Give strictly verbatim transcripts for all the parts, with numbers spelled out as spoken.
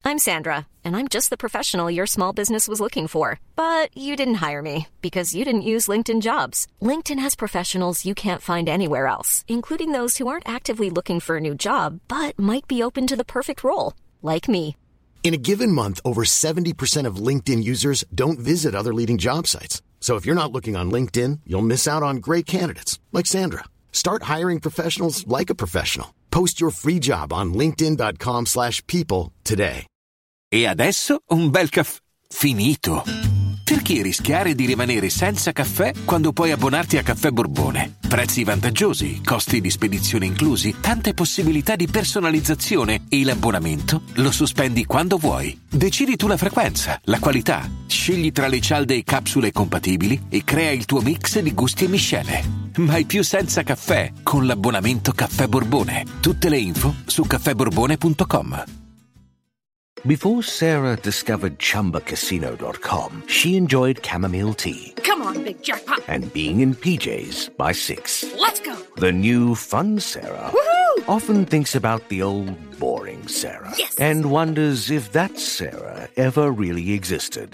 I'm Sandra, and I'm just the professional your small business was looking for. But you didn't hire me because you didn't use LinkedIn Jobs. LinkedIn has professionals you can't find anywhere else, including those who aren't actively looking for a new job, but might be open to the perfect role, like me. In a given month, over seventy percent of LinkedIn users don't visit other leading job sites. So if you're not looking on LinkedIn, you'll miss out on great candidates, like Sandra. Start hiring professionals like a professional. Post your free job on linkedin.com slash people today. E adesso un bel caffè finito. Perché rischiare di rimanere senza caffè quando puoi abbonarti a Caffè Borbone? Prezzi vantaggiosi, costi di spedizione inclusi, tante possibilità di personalizzazione e l'abbonamento lo sospendi quando vuoi. Decidi tu la frequenza, la qualità, scegli tra le cialde e capsule compatibili e crea il tuo mix di gusti e miscele. Mai più senza caffè con l'abbonamento Caffè Borbone. Tutte le info su caffè borbone punto com. Before Sarah discovered Chumba Casino dot com, she enjoyed chamomile tea. Come on, big jackpot. And being in P Js by six. Let's go. The new fun Sarah Woohoo! often thinks about the old boring Sarah. Yes. And wonders if that Sarah ever really existed.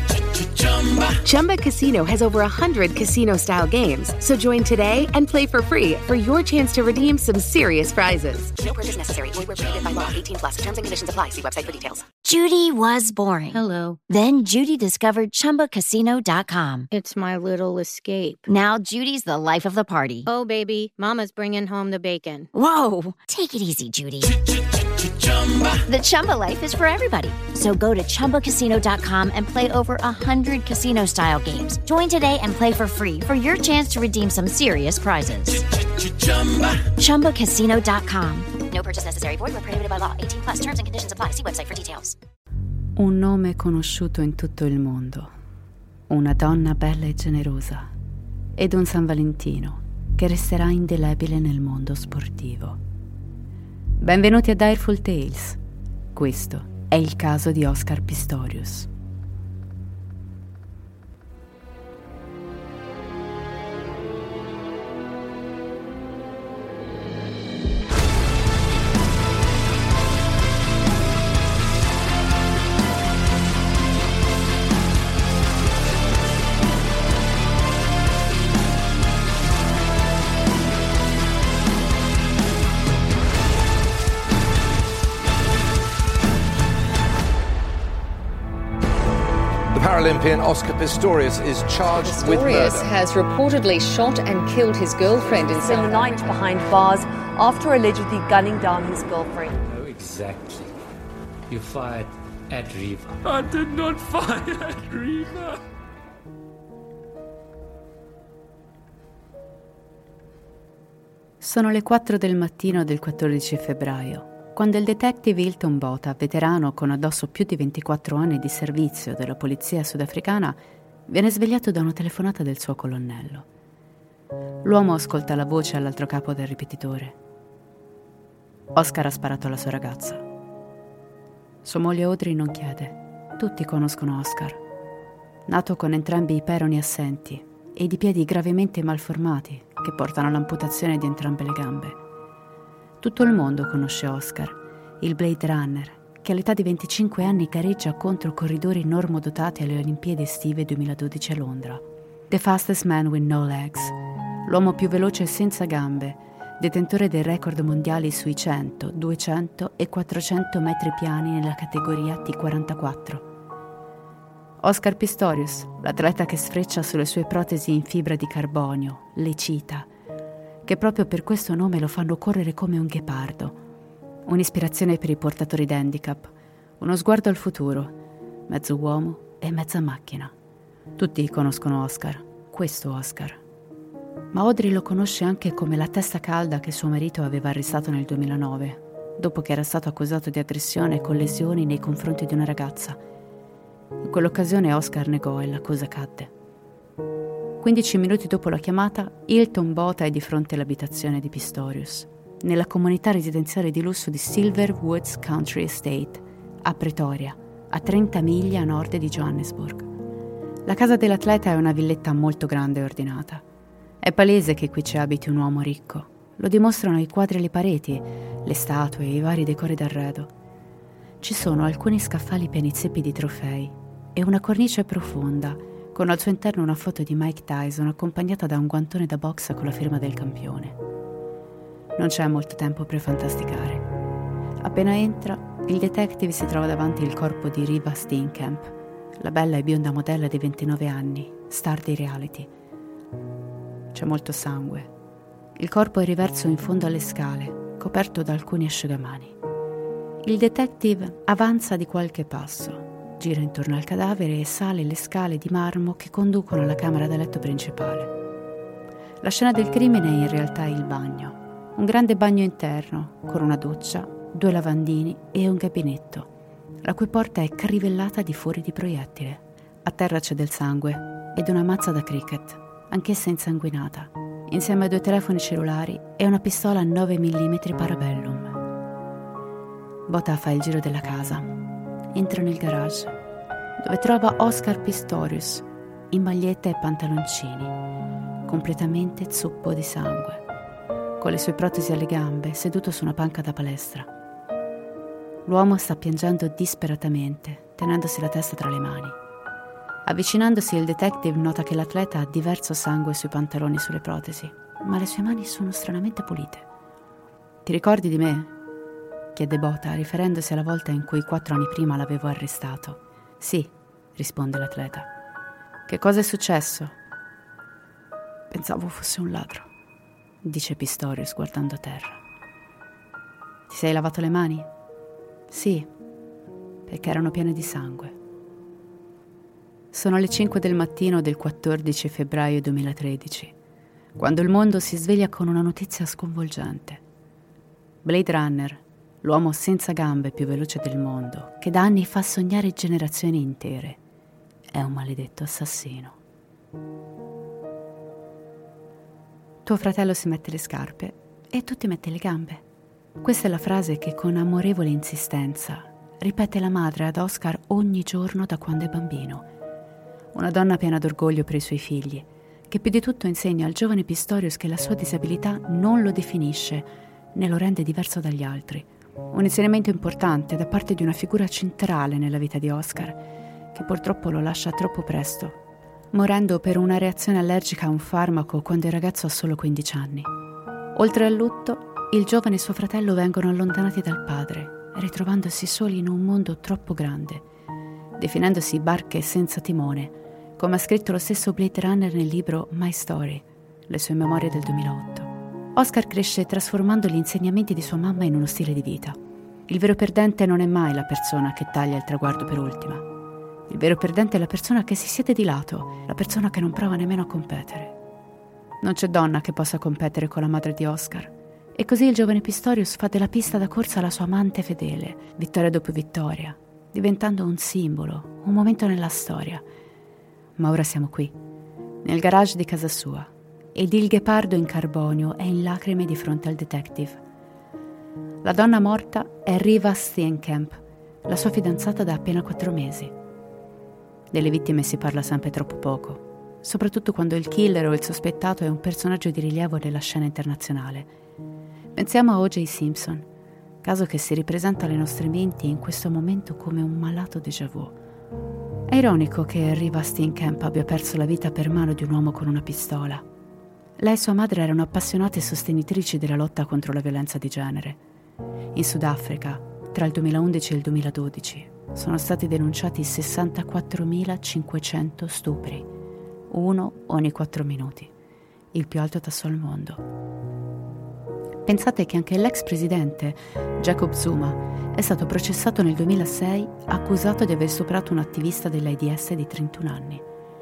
Chumba Casino has over one hundred casino-style games. So join today and play for free for your chance to redeem some serious prizes. No purchase necessary. Void where prohibited by law. eighteen plus. Terms and conditions apply. See website for details. Judy was boring. Hello. Then Judy discovered Chumba Casino dot com. It's my little escape. Now Judy's the life of the party. Oh, baby, mama's bringing home the bacon. Whoa, take it easy, Judy. The Chumba life is for everybody. So go to Chumba Casino dot com and play over one hundred casino-style games. Join today and play for free for your chance to redeem some serious prizes. Chumba Casino dot com. No purchase necessary. Void where prohibited by law. eighteen plus. Terms and conditions apply. See website for details. Un nome conosciuto in tutto il mondo. Una donna bella e generosa. Ed un San Valentino che resterà indelebile nel mondo sportivo. Benvenuti a Direful Tales. Questo è il caso di Oscar Pistorius. Paralympian Oscar Pistorius is charged Pistorius with murder. Pistorius has reportedly shot and killed his girlfriend in Spent the night behind bars after allegedly gunning down his girlfriend. Oh, exactly. You fired at Riva. I did not fire at Riva. Sono le quattro del mattino del quattordici febbraio. Quando il detective Hilton Botha, veterano con addosso più di ventiquattro anni di servizio della polizia sudafricana, viene svegliato da una telefonata del suo colonnello. L'uomo ascolta la voce all'altro capo del ripetitore. Oscar ha sparato alla sua ragazza. Sua moglie Audrey non chiede. Tutti conoscono Oscar. Nato con entrambi i peroni assenti e di piedi gravemente malformati che portano all'amputazione di entrambe le gambe. Tutto il mondo conosce Oscar, il Blade Runner, che all'età di venticinque anni gareggia contro corridori normodotati alle Olimpiadi estive duemiladodici a Londra. The fastest man with no legs, l'uomo più veloce senza gambe, detentore dei record mondiali sui cento, duecento e quattrocento metri piani nella categoria T quarantaquattro. Oscar Pistorius, l'atleta che sfreccia sulle sue protesi in fibra di carbonio, le cita, che proprio per questo nome lo fanno correre come un ghepardo. Un'ispirazione per i portatori d'handicap, uno sguardo al futuro, mezzo uomo e mezza macchina. Tutti conoscono Oscar, questo Oscar. Ma Audrey lo conosce anche come la testa calda che suo marito aveva arrestato nel duemilanove, dopo che era stato accusato di aggressione con lesioni nei confronti di una ragazza. In quell'occasione Oscar negò e l'accusa cadde. quindici minuti dopo la chiamata, Hilton Botha è di fronte all'abitazione di Pistorius, nella comunità residenziale di lusso di Silver Woods Country Estate, a Pretoria, a trenta miglia a nord di Johannesburg. La casa dell'atleta è una villetta molto grande e ordinata. È palese che qui ci abiti un uomo ricco. Lo dimostrano i quadri alle pareti, le statue e i vari decori d'arredo. ci sono alcuni scaffali pieni zeppi di trofei e una cornice profonda con al suo interno una foto di Mike Tyson accompagnata da un guantone da box con la firma del campione. Non c'è molto tempo per fantasticare. Appena entra, il detective si trova davanti il corpo di Riva Steenkamp, la bella e bionda modella di ventinove anni, star di reality. C'è molto sangue. Il corpo è riverso in fondo alle scale, coperto da alcuni asciugamani. Il detective avanza di qualche passo, gira intorno al cadavere e sale le scale di marmo che conducono alla camera da letto principale. La scena del crimine è in realtà il bagno. Un grande bagno interno, con una doccia, due lavandini e un gabinetto, la cui porta è crivellata di fori di proiettile. A terra c'è del sangue ed una mazza da cricket, anch'essa insanguinata, insieme a due telefoni cellulari e una pistola nove millimetri Parabellum. Bota fa il giro della casa. Entra nel garage, dove trova Oscar Pistorius, in maglietta e pantaloncini, completamente zuppo di sangue, con le sue protesi alle gambe, seduto su una panca da palestra. L'uomo sta piangendo disperatamente, tenendosi la testa tra le mani. Avvicinandosi, il detective nota che l'atleta ha diverso sangue sui pantaloni e sulle protesi, ma le sue mani sono stranamente pulite. «Ti ricordi di me?» chiede Bota, riferendosi alla volta in cui quattro anni prima l'avevo arrestato. «Sì», risponde l'atleta. «Che cosa è successo?» «Pensavo fosse un ladro», dice Pistorius guardando a terra. «Ti sei lavato le mani?» «Sì, perché erano piene di sangue». Sono le cinque del mattino del quattordici febbraio duemilatredici, quando il mondo si sveglia con una notizia sconvolgente. Blade Runner, l'uomo senza gambe più veloce del mondo, che da anni fa sognare generazioni intere, è un maledetto assassino. Tuo fratello si mette le scarpe e tu ti metti le gambe. Questa è la frase che con amorevole insistenza ripete la madre ad Oscar ogni giorno da quando è bambino. Una donna piena d'orgoglio per i suoi figli, che più di tutto insegna al giovane Pistorius che la sua disabilità non lo definisce né lo rende diverso dagli altri. Un insegnamento importante da parte di una figura centrale nella vita di Oscar, che purtroppo lo lascia troppo presto, morendo per una reazione allergica a un farmaco quando il ragazzo ha solo quindici anni. Oltre al lutto, il giovane e suo fratello vengono allontanati dal padre, ritrovandosi soli in un mondo troppo grande, definendosi barche senza timone, come ha scritto lo stesso Blade Runner nel libro My Story, le sue memorie del duemilaotto. Oscar cresce trasformando gli insegnamenti di sua mamma in uno stile di vita. Il vero perdente non è mai la persona che taglia il traguardo per ultima. Il vero perdente è la persona che si siede di lato, la persona che non prova nemmeno a competere. Non c'è donna che possa competere con la madre di Oscar. E così il giovane Pistorius fa della pista da corsa la sua amante fedele, vittoria dopo vittoria, diventando un simbolo, un momento nella storia. Ma ora siamo qui, nel garage di casa sua, ed il ghepardo in carbonio è in lacrime di fronte al detective. La donna morta è Riva Steenkamp, la sua fidanzata da appena quattro mesi. Delle vittime si parla sempre troppo poco, soprattutto quando il killer o il sospettato è un personaggio di rilievo nella scena internazionale. Pensiamo a O J Simpson, caso che si ripresenta alle nostre menti in questo momento come un malato déjà vu. È ironico che Riva Steenkamp abbia perso la vita per mano di un uomo con una pistola. Lei e sua madre erano appassionate sostenitrici della lotta contro la violenza di genere. In Sudafrica, tra il duemilaundici e il duemiladodici, sono stati denunciati sessantaquattromilacinquecento stupri, uno ogni quattro minuti, il più alto tasso al mondo. Pensate che anche l'ex presidente Jacob Zuma è stato processato nel duemilasei accusato di aver stuprato un attivista dell'AIDS di trentuno anni.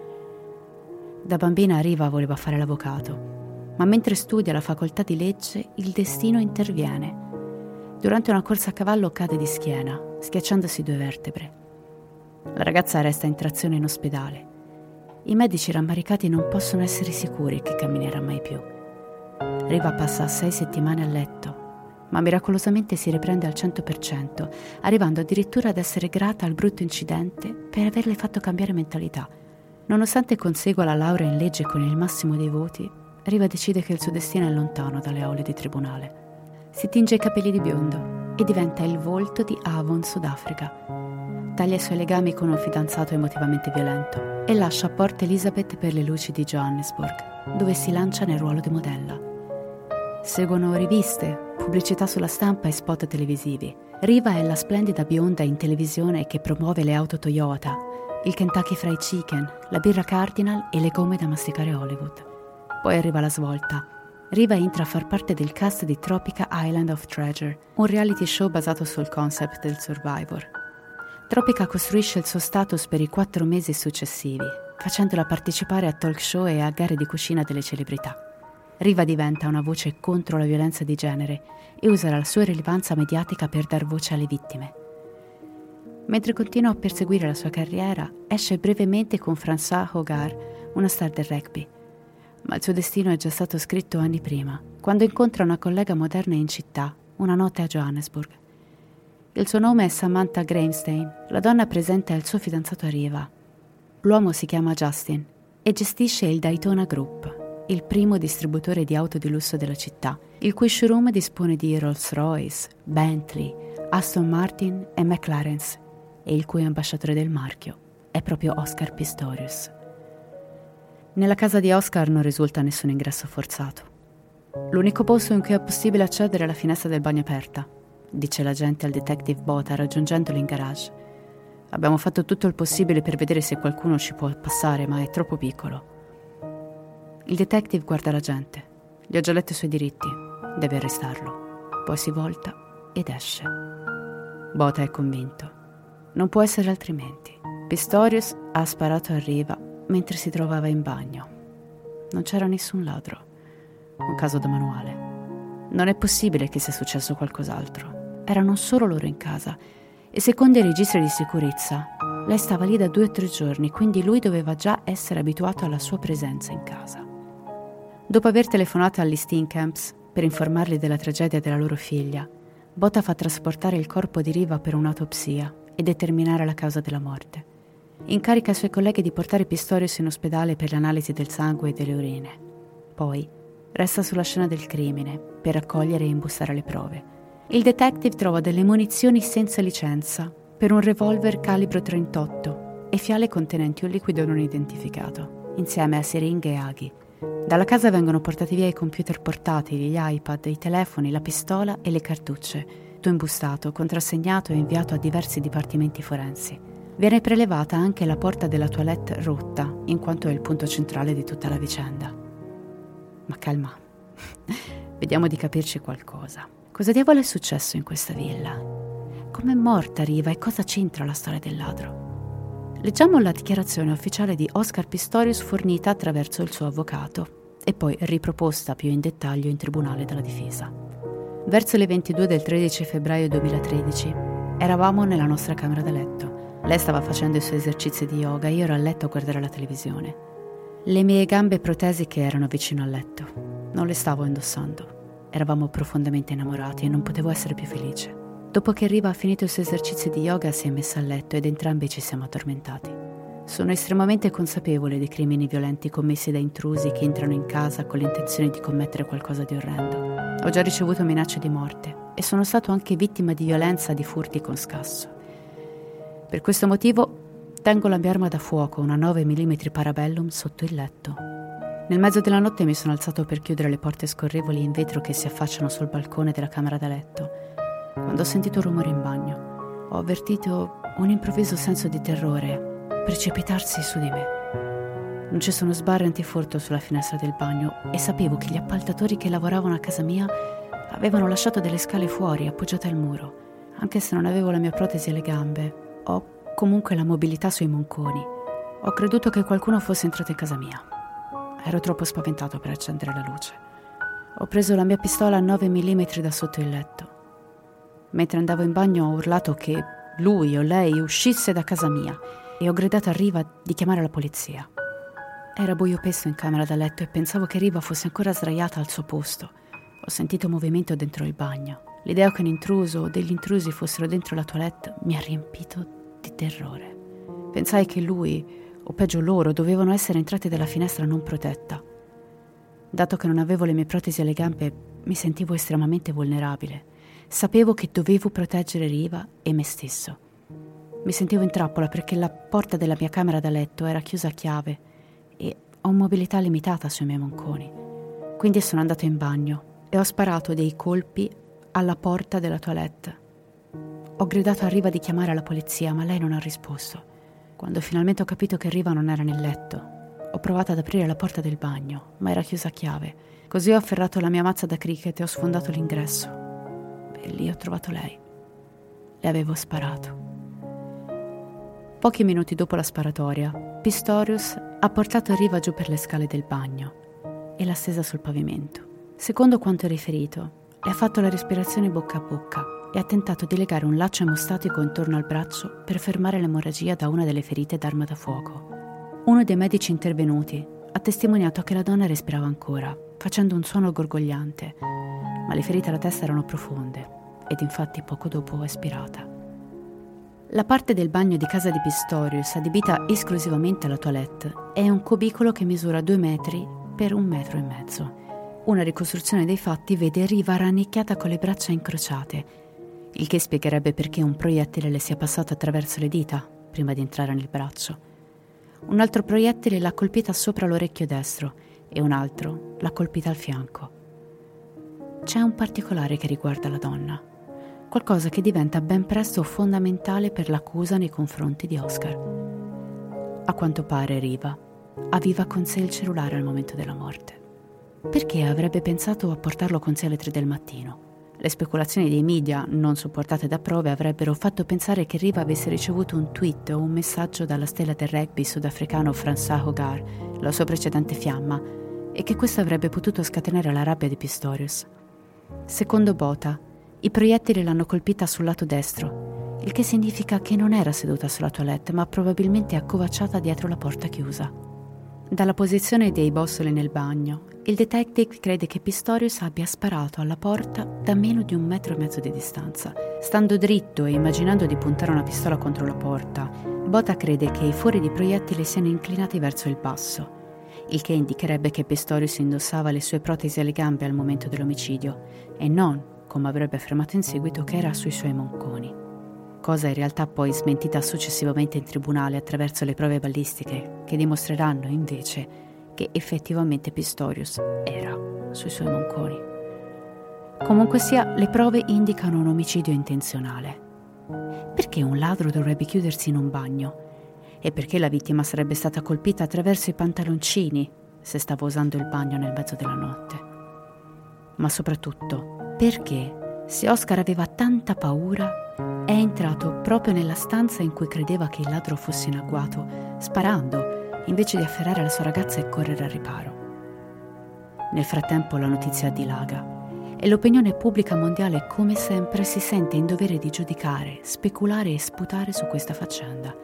Da bambina Riva voleva fare l'avvocato, ma mentre studia alla facoltà di legge il destino interviene. Durante una corsa a cavallo cade di schiena, schiacciandosi due vertebre. La ragazza resta in trazione in ospedale. I medici rammaricati non possono essere sicuri che camminerà mai più. Riva passa sei settimane a letto, ma miracolosamente si riprende al cento per cento, arrivando addirittura ad essere grata al brutto incidente per averle fatto cambiare mentalità. Nonostante consegua la laurea in legge con il massimo dei voti, Riva decide che il suo destino è lontano dalle aule di tribunale. Si tinge i capelli di biondo, e diventa il volto di Avon, Sudafrica. Taglia i suoi legami con un fidanzato emotivamente violento e lascia Port Elizabeth per le luci di Johannesburg, dove si lancia nel ruolo di modella. Seguono riviste, pubblicità sulla stampa e spot televisivi. Riva è la splendida bionda in televisione che promuove le auto Toyota, il Kentucky Fried Chicken, la birra Cardinal e le gomme da masticare Hollywood. Poi arriva la svolta. Riva entra a far parte del cast di Tropica Island of Treasure, un reality show basato sul concept del Survivor. Tropica costruisce il suo status per i quattro mesi successivi, facendola partecipare a talk show e a gare di cucina delle celebrità. Riva diventa una voce contro la violenza di genere e usa la sua rilevanza mediatica per dar voce alle vittime. Mentre continua a perseguire la sua carriera, esce brevemente con François Hogarth, una star del rugby. Ma il suo destino è già stato scritto anni prima, quando incontra una collega moderna in città, una notte a Johannesburg. Il suo nome è Samantha Gravestein, la donna presenta il suo fidanzato a Riva. L'uomo si chiama Justin e gestisce il Daytona Group, il primo distributore di auto di lusso della città, il cui showroom dispone di Rolls-Royce, Bentley, Aston Martin e McLaren, e il cui ambasciatore del marchio è proprio Oscar Pistorius. Nella casa di Oscar non risulta nessun ingresso forzato. L'unico posto in cui è possibile accedere è la finestra del bagno aperta, dice l'agente al detective Botha raggiungendolo in garage. Abbiamo fatto tutto il possibile per vedere se qualcuno ci può passare, ma è troppo piccolo. Il detective guarda l'agente. Gli ho già letto i suoi diritti. Deve arrestarlo. Poi si volta ed esce. Botha è convinto. Non può essere altrimenti. Pistorius ha sparato a Riva mentre si trovava in bagno. Non c'era nessun ladro. Un caso da manuale. Non è possibile che sia successo qualcos'altro. Erano solo loro in casa e secondo i registri di sicurezza lei stava lì da due o tre giorni, quindi lui doveva già essere abituato alla sua presenza in casa. Dopo aver telefonato agli Steenkamps per informarli della tragedia della loro figlia, Botha fa trasportare il corpo di Riva per un'autopsia e determinare la causa della morte. Incarica i suoi colleghi di portare Pistorius in ospedale per l'analisi del sangue e delle urine. Poi resta sulla scena del crimine per raccogliere e imbustare le prove. Il detective trova delle munizioni senza licenza per un revolver calibro trentotto e fiale contenenti un liquido non identificato, insieme a siringhe e aghi. Dalla casa vengono portati via i computer portatili, gli iPad, i telefoni, la pistola e le cartucce, tutto imbustato, contrassegnato e inviato a diversi dipartimenti forensi. Viene prelevata anche la porta della toilette rotta, in quanto è il punto centrale di tutta la vicenda. Ma calma, vediamo di capirci qualcosa. Cosa diavolo è successo in questa villa? Com'è morta Riva e cosa c'entra la storia del ladro? Leggiamo la dichiarazione ufficiale di Oscar Pistorius fornita attraverso il suo avvocato e poi riproposta più in dettaglio in tribunale dalla difesa. Verso le ventidue del tredici febbraio duemilatredici eravamo nella nostra camera da letto. Lei stava facendo i suoi esercizi di yoga e io ero a letto a guardare la televisione. Le mie gambe protesiche erano vicino al letto. Non le stavo indossando. Eravamo profondamente innamorati e non potevo essere più felice. Dopo che Riva ha finito i suoi esercizi di yoga si è messa a letto ed entrambi ci siamo addormentati. Sono estremamente consapevole dei crimini violenti commessi da intrusi che entrano in casa con l'intenzione di commettere qualcosa di orrendo. Ho già ricevuto minacce di morte e sono stato anche vittima di violenza e di furti con scasso. Per questo motivo tengo la mia arma da fuoco, una nove millimetri Parabellum, sotto il letto. Nel mezzo della notte mi sono alzato per chiudere le porte scorrevoli in vetro che si affacciano sul balcone della camera da letto. Quando ho sentito rumore in bagno, ho avvertito un improvviso senso di terrore precipitarsi su di me. Non ci sono sbarre antifurto sulla finestra del bagno e sapevo che gli appaltatori che lavoravano a casa mia avevano lasciato delle scale fuori, appoggiate al muro. Anche se non avevo la mia protesi alle gambe, ho comunque la mobilità sui monconi. Ho creduto che qualcuno fosse entrato in casa mia. Ero troppo spaventato per accendere la luce. Ho preso la mia pistola a nove millimetri da sotto il letto. Mentre andavo in bagno ho urlato che lui o lei uscisse da casa mia e ho gridato a Riva di chiamare la polizia. Era buio pesto in camera da letto e pensavo che Riva fosse ancora sdraiata al suo posto. Ho sentito movimento dentro il bagno. L'idea che un intruso o degli intrusi fossero dentro la toilette mi ha riempito di terrore. Pensai che lui, o peggio loro, dovevano essere entrati dalla finestra non protetta. Dato che non avevo le mie protesi alle gambe, mi sentivo estremamente vulnerabile. Sapevo che dovevo proteggere Riva e me stesso. Mi sentivo in trappola perché la porta della mia camera da letto era chiusa a chiave e ho mobilità limitata sui miei monconi. Quindi sono andato in bagno e ho sparato dei colpi alla porta della toilette. Ho gridato a Riva di chiamare la polizia, ma lei non ha risposto. Quando finalmente ho capito che Riva non era nel letto, ho provato ad aprire la porta del bagno, ma era chiusa a chiave. Così ho afferrato la mia mazza da cricket e ho sfondato l'ingresso. E lì ho trovato lei. Le avevo sparato. Pochi minuti dopo la sparatoria, Pistorius ha portato Riva giù per le scale del bagno e l'ha stesa sul pavimento. Secondo quanto riferito, le ha fatto la respirazione bocca a bocca e ha tentato di legare un laccio emostatico intorno al braccio per fermare l'emorragia da una delle ferite d'arma da fuoco. Uno dei medici intervenuti ha testimoniato che la donna respirava ancora, facendo un suono gorgogliante, ma le ferite alla testa erano profonde ed infatti poco dopo è espirata. La parte del bagno di casa di Pistorius, adibita esclusivamente alla toilette, è un cubicolo che misura due metri per un metro e mezzo. Una ricostruzione dei fatti vede Riva rannicchiata con le braccia incrociate, il che spiegherebbe perché un proiettile le sia passato attraverso le dita prima di entrare nel braccio. Un altro proiettile l'ha colpita sopra l'orecchio destro e un altro l'ha colpita al fianco. C'è un particolare che riguarda la donna, qualcosa che diventa ben presto fondamentale per l'accusa nei confronti di Oscar. A quanto pare Riva aveva con sé il cellulare al momento della morte. Perché avrebbe pensato a portarlo con sé alle tre del mattino? Le speculazioni dei media, non supportate da prove, avrebbero fatto pensare che Riva avesse ricevuto un tweet o un messaggio dalla stella del rugby sudafricano François Hogar, la sua precedente fiamma, e che questo avrebbe potuto scatenare la rabbia di Pistorius. Secondo Botha, i proiettili l'hanno colpita sul lato destro, il che significa che non era seduta sulla toilette, ma probabilmente accovacciata dietro la porta chiusa. Dalla posizione dei bossoli nel bagno, il detective crede che Pistorius abbia sparato alla porta da meno di un metro e mezzo di distanza. Stando dritto e immaginando di puntare una pistola contro la porta, Botha crede che i fori di proiettile siano inclinati verso il basso, il che indicherebbe che Pistorius indossava le sue protesi alle gambe al momento dell'omicidio e non, come avrebbe affermato in seguito, che era sui suoi monconi. Cosa in realtà poi smentita successivamente in tribunale attraverso le prove ballistiche, che dimostreranno invece che effettivamente Pistorius era sui suoi monconi. Comunque sia, le prove indicano un omicidio intenzionale. Perché un ladro dovrebbe chiudersi in un bagno? E perché la vittima sarebbe stata colpita attraverso i pantaloncini se stava usando il bagno nel mezzo della notte? Ma soprattutto, perché, se Oscar aveva tanta paura, è entrato proprio nella stanza in cui credeva che il ladro fosse in agguato, sparando, invece di afferrare la sua ragazza e correre al riparo. Nel frattempo la notizia dilaga e l'opinione pubblica mondiale, come sempre, si sente in dovere di giudicare, speculare e sputare su questa faccenda.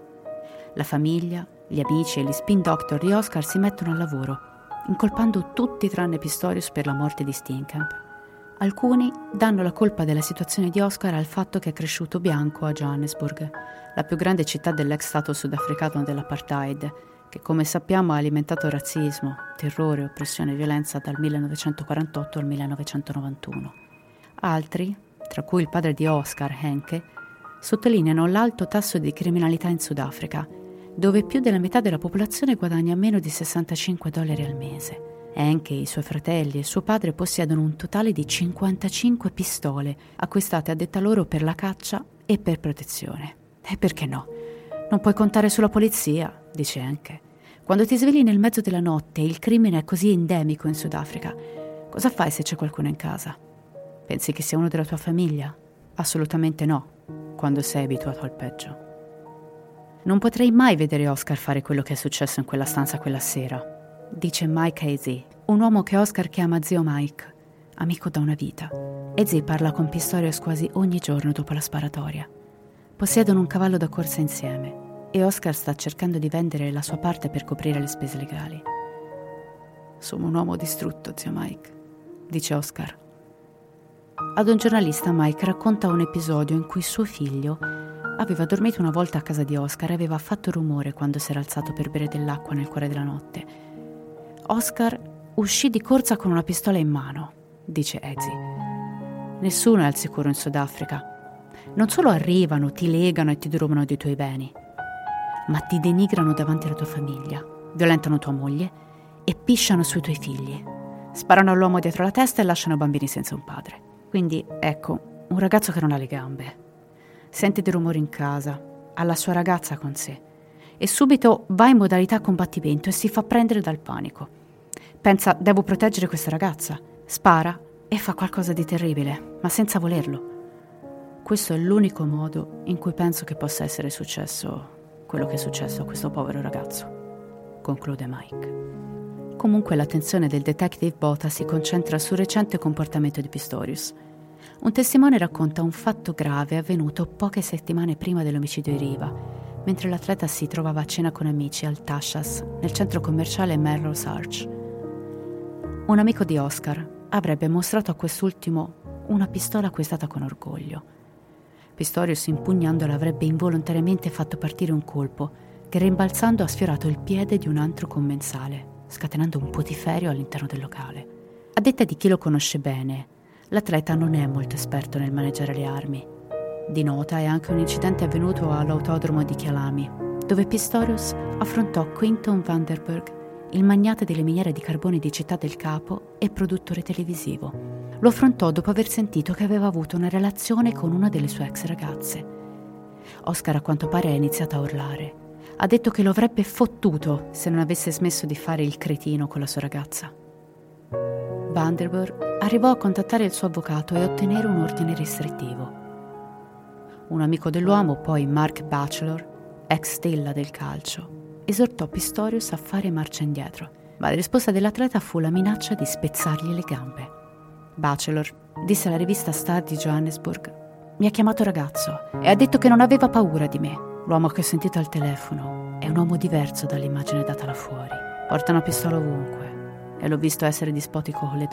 La famiglia, gli amici e gli spin doctor di Oscar si mettono al lavoro, incolpando tutti tranne Pistorius per la morte di Steenkamp. Alcuni danno la colpa della situazione di Oscar al fatto che è cresciuto bianco a Johannesburg, la più grande città dell'ex stato sudafricano dell'apartheid, che come sappiamo ha alimentato razzismo, terrore, oppressione e violenza dal millenovecentoquarantotto al millenovecentonovantuno. Altri, tra cui il padre di Oscar, Henke, sottolineano l'alto tasso di criminalità in Sudafrica, dove più della metà della popolazione guadagna meno di sessantacinque dollari al mese. Henke, i suoi fratelli e suo padre possiedono un totale di cinquantacinque pistole, acquistate a detta loro per la caccia e per protezione. E perché no? Non puoi contare sulla polizia, dice Henke. Quando ti svegli nel mezzo della notte e il crimine è così endemico in Sudafrica, cosa fai se c'è qualcuno in casa? Pensi che sia uno della tua famiglia? Assolutamente no, quando sei abituato al peggio. Non potrei mai vedere Oscar fare quello che è successo in quella stanza quella sera, dice Mike Hazy, un uomo che Oscar chiama zio Mike, amico da una vita. Hazy parla con Pistorius quasi ogni giorno dopo la sparatoria. Possiedono un cavallo da corsa insieme e Oscar sta cercando di vendere la sua parte per coprire le spese legali. Sono un uomo distrutto, zio Mike, dice Oscar. Ad un giornalista Mike racconta un episodio in cui suo figlio aveva dormito una volta a casa di Oscar e aveva fatto rumore quando si era alzato per bere dell'acqua nel cuore della notte. Oscar uscì di corsa con una pistola in mano, dice Hazy. Nessuno è al sicuro in Sudafrica. Non solo arrivano, ti legano e ti derubano dei tuoi beni, ma ti denigrano davanti alla tua famiglia, violentano tua moglie e pisciano sui tuoi figli. Sparano all'uomo dietro la testa e lasciano bambini senza un padre. Quindi, ecco, un ragazzo che non ha le gambe. Sente dei rumori in casa, ha la sua ragazza con sé e subito va in modalità combattimento e si fa prendere dal panico. Pensa, devo proteggere questa ragazza. Spara e fa qualcosa di terribile, ma senza volerlo. Questo è l'unico modo in cui penso che possa essere successo quello che è successo a questo povero ragazzo, conclude Mike. Comunque l'attenzione del detective Botha si concentra sul recente comportamento di Pistorius. Un testimone racconta un fatto grave avvenuto poche settimane prima dell'omicidio di Riva, mentre l'atleta si trovava a cena con amici al Tasha's, nel centro commerciale Melrose Arch. Un amico di Oscar avrebbe mostrato a quest'ultimo una pistola acquistata con orgoglio. Pistorius, impugnandola, avrebbe involontariamente fatto partire un colpo che, rimbalzando, ha sfiorato il piede di un altro commensale, scatenando un putiferio all'interno del locale. A detta di chi lo conosce bene, l'atleta non è molto esperto nel maneggiare le armi. Di nota è anche un incidente avvenuto all'autodromo di Kyalami, dove Pistorius affrontò Quinton Vanderburg, il magnate delle miniere di carbone di Città del Capo e produttore televisivo. Lo affrontò dopo aver sentito che aveva avuto una relazione con una delle sue ex ragazze. Oscar, a quanto pare, ha iniziato a urlare. Ha detto che lo avrebbe fottuto se non avesse smesso di fare il cretino con la sua ragazza. Vanderburg arrivò a contattare il suo avvocato e ottenere un ordine restrittivo. Un amico dell'uomo, poi Mark Batchelor, ex stella del calcio, esortò Pistorius a fare marcia indietro, ma la risposta dell'atleta fu la minaccia di spezzargli le gambe. Batchelor disse alla rivista Star di Johannesburg: «Mi ha chiamato ragazzo e ha detto che non aveva paura di me. L'uomo che ho sentito al telefono è un uomo diverso dall'immagine data là fuori. Porta una pistola ovunque e l'ho visto essere dispotico con le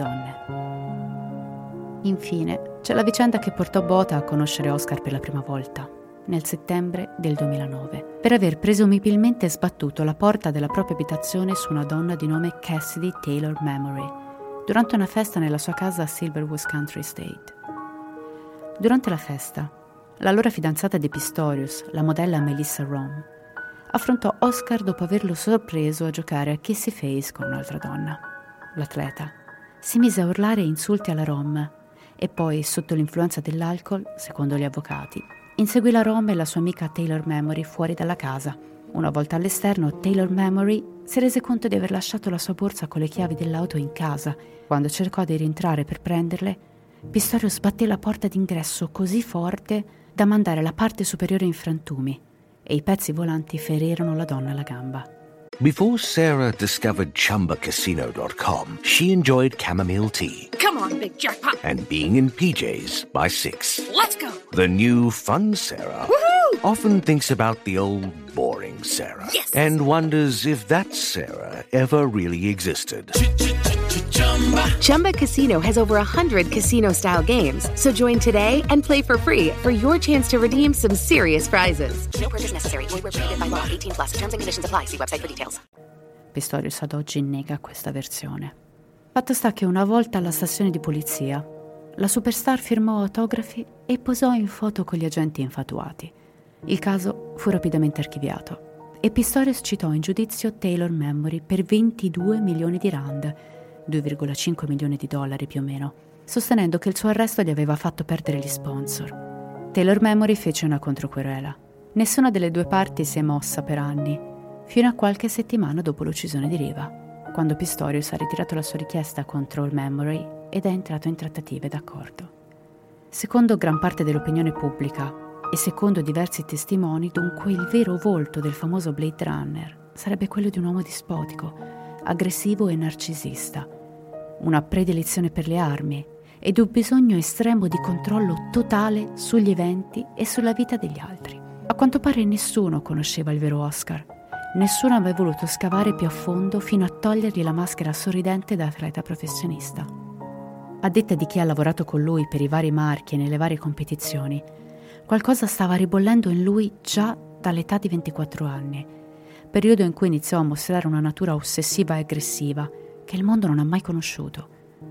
donne». Infine, c'è la vicenda che portò Botha a conoscere Oscar per la prima volta, nel settembre del duemilanove, per aver presumibilmente sbattuto la porta della propria abitazione su una donna di nome Cassidy Taylor Memory, durante una festa nella sua casa a Silverwoods Country Estate. Durante la festa, l'allora fidanzata di Pistorius, la modella Melissa Rom, affrontò Oscar dopo averlo sorpreso a giocare a kissy face con un'altra donna. L'atleta si mise a urlare insulti alla Rom e poi, sotto l'influenza dell'alcol, secondo gli avvocati, inseguì la Rom e la sua amica Taylor Memory fuori dalla casa. Una volta all'esterno, Taylor Memory si rese conto di aver lasciato la sua borsa con le chiavi dell'auto in casa. Quando cercò di rientrare per prenderle, Pistorius batté la porta d'ingresso così forte da mandare la parte superiore in frantumi e i pezzi volanti ferirono la donna alla gamba. Before Sarah discovered Chumba Casino dot com, she enjoyed chamomile tea. Come on, big jackpot. And being in P Js by six. Let's go. The new fun Sarah Woohoo! often thinks about the old boring Sarah. Yes. And wonders if that Sarah ever really existed. Chumba Casino has over one hundred casino-style games. So join today and play for free for your chance to redeem some serious prizes. No purchase necessary. Void where prohibited by law. eighteen plus. Terms and conditions apply. See website for details. Pistorius ad oggi nega questa versione. Fatto sta che una volta alla stazione di polizia, la superstar firmò autografi e posò in foto con gli agenti infatuati. Il caso fu rapidamente archiviato e Pistorius citò in giudizio Taylor Memory per ventidue milioni di rand, due virgola cinque milioni di dollari più o meno, sostenendo che il suo arresto gli aveva fatto perdere gli sponsor. Taylor Memory fece una controquerela. Nessuna delle due parti si è mossa per anni, fino a qualche settimana dopo l'uccisione di Riva, quando Pistorius ha ritirato la sua richiesta contro il Memory ed è entrato in trattative d'accordo. Secondo gran parte dell'opinione pubblica e secondo diversi testimoni, dunque, il vero volto del famoso Blade Runner sarebbe quello di un uomo dispotico, aggressivo e narcisista, una predilezione per le armi ed un bisogno estremo di controllo totale sugli eventi e sulla vita degli altri. A quanto pare nessuno conosceva il vero Oscar. Nessuno aveva voluto scavare più a fondo fino a togliergli la maschera sorridente da atleta professionista. A detta di chi ha lavorato con lui per i vari marchi e nelle varie competizioni, qualcosa stava ribollendo in lui già dall'età di ventiquattro anni, periodo in cui iniziò a mostrare una natura ossessiva e aggressiva che il mondo non ha mai conosciuto,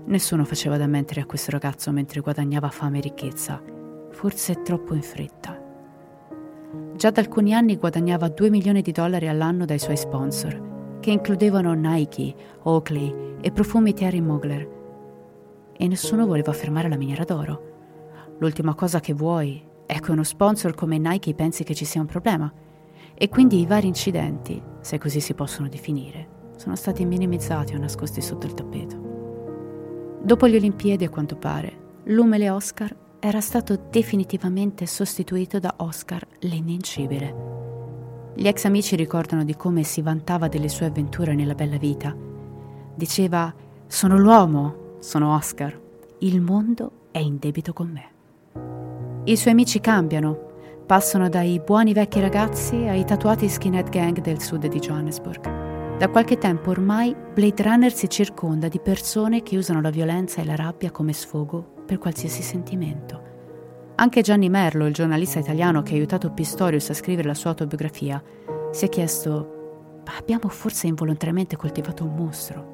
Nessuno faceva da mentere a questo ragazzo mentre guadagnava fame e ricchezza, forse troppo in fretta. Già da alcuni anni guadagnava due milioni di dollari all'anno dai suoi sponsor, che includevano Nike, Oakley e profumi Thierry Mugler. E nessuno voleva fermare la miniera d'oro. L'ultima cosa che vuoi è che uno sponsor come Nike pensi che ci sia un problema. E quindi i vari incidenti, se così si possono definire, sono stati minimizzati o nascosti sotto il tappeto. Dopo le Olimpiadi, a quanto pare, l'umile Oscar era stato definitivamente sostituito da Oscar l'invincibile. Gli ex amici ricordano di come si vantava delle sue avventure nella bella vita. Diceva: sono l'uomo, sono Oscar, il mondo è in debito con me. I suoi amici cambiano, passano dai buoni vecchi ragazzi ai tatuati skinhead gang del sud di Johannesburg. Da qualche tempo ormai Blade Runner si circonda di persone che usano la violenza e la rabbia come sfogo per qualsiasi sentimento. Anche Gianni Merlo, il giornalista italiano che ha aiutato Pistorius a scrivere la sua autobiografia, si è chiesto: abbiamo forse involontariamente coltivato un mostro?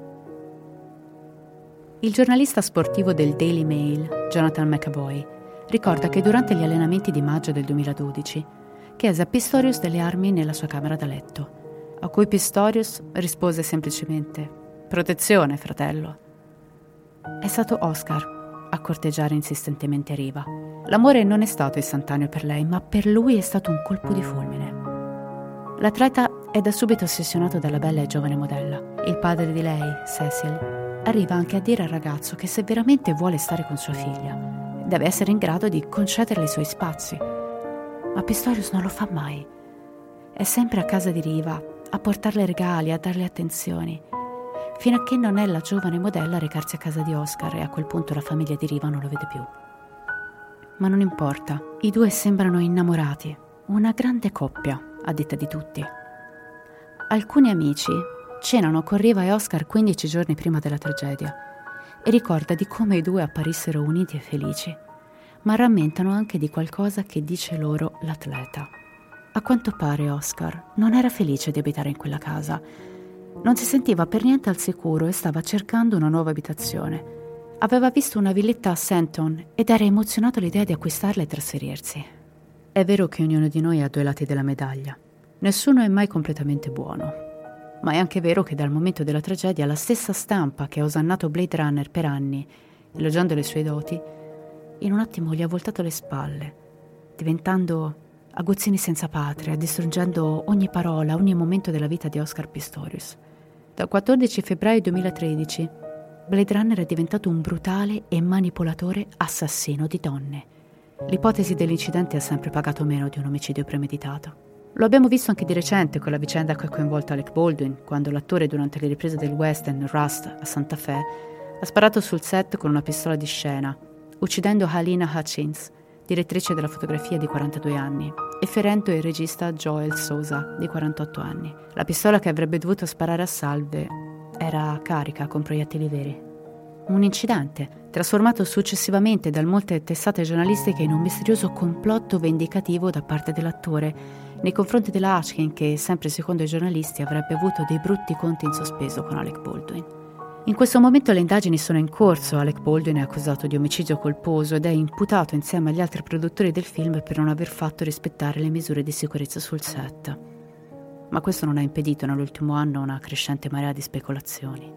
Il giornalista sportivo del Daily Mail, Jonathan McAvoy, ricorda che durante gli allenamenti di maggio del duemiladodici chiese a Pistorius delle armi nella sua camera da letto, a cui Pistorius rispose semplicemente: protezione, fratello. È stato Oscar a corteggiare insistentemente Riva. L'amore non è stato istantaneo per lei, ma per lui è stato un colpo di fulmine. L'atleta è da subito ossessionato dalla bella e giovane modella. Il padre di lei, Cecil, arriva anche a dire al ragazzo che se veramente vuole stare con sua figlia, deve essere in grado di concederle i suoi spazi. Ma Pistorius non lo fa mai. È sempre a casa di Riva, a portarle regali, a darle attenzioni, fino a che non è la giovane modella a recarsi a casa di Oscar e a quel punto la famiglia di Riva non lo vede più. Ma non importa, i due sembrano innamorati, una grande coppia, a detta di tutti. Alcuni amici cenano con Riva e Oscar quindici giorni prima della tragedia e ricorda di come i due apparissero uniti e felici, ma rammentano anche di qualcosa che dice loro l'atleta. A quanto pare Oscar non era felice di abitare in quella casa. Non si sentiva per niente al sicuro e stava cercando una nuova abitazione. Aveva visto una villetta a Sandton ed era emozionato all'idea di acquistarla e trasferirsi. È vero che ognuno di noi ha due lati della medaglia. Nessuno è mai completamente buono. Ma è anche vero che dal momento della tragedia la stessa stampa che ha osannato Blade Runner per anni, elogiando le sue doti, in un attimo gli ha voltato le spalle, diventando aguzzini senza patria, distruggendo ogni parola, ogni momento della vita di Oscar Pistorius. Dal quattordici febbraio duemilatredici, Blade Runner è diventato un brutale e manipolatore assassino di donne. L'ipotesi dell'incidente ha sempre pagato meno di un omicidio premeditato. Lo abbiamo visto anche di recente con la vicenda che ha coinvolto Alec Baldwin, quando l'attore durante le riprese del western Rust a Santa Fe ha sparato sul set con una pistola di scena, uccidendo Halyna Hutchins, direttrice della fotografia di quarantadue anni, e ferendo il regista Joel Souza, di quarantotto anni. La pistola che avrebbe dovuto sparare a salve era carica con proiettili veri. Un incidente, trasformato successivamente da molte testate giornalistiche in un misterioso complotto vendicativo da parte dell'attore nei confronti della Hutchins, che, sempre secondo i giornalisti, avrebbe avuto dei brutti conti in sospeso con Alec Baldwin. In questo momento le indagini sono in corso. Alec Baldwin è accusato di omicidio colposo ed è imputato insieme agli altri produttori del film per non aver fatto rispettare le misure di sicurezza sul set. Ma questo non ha impedito nell'ultimo anno una crescente marea di speculazioni.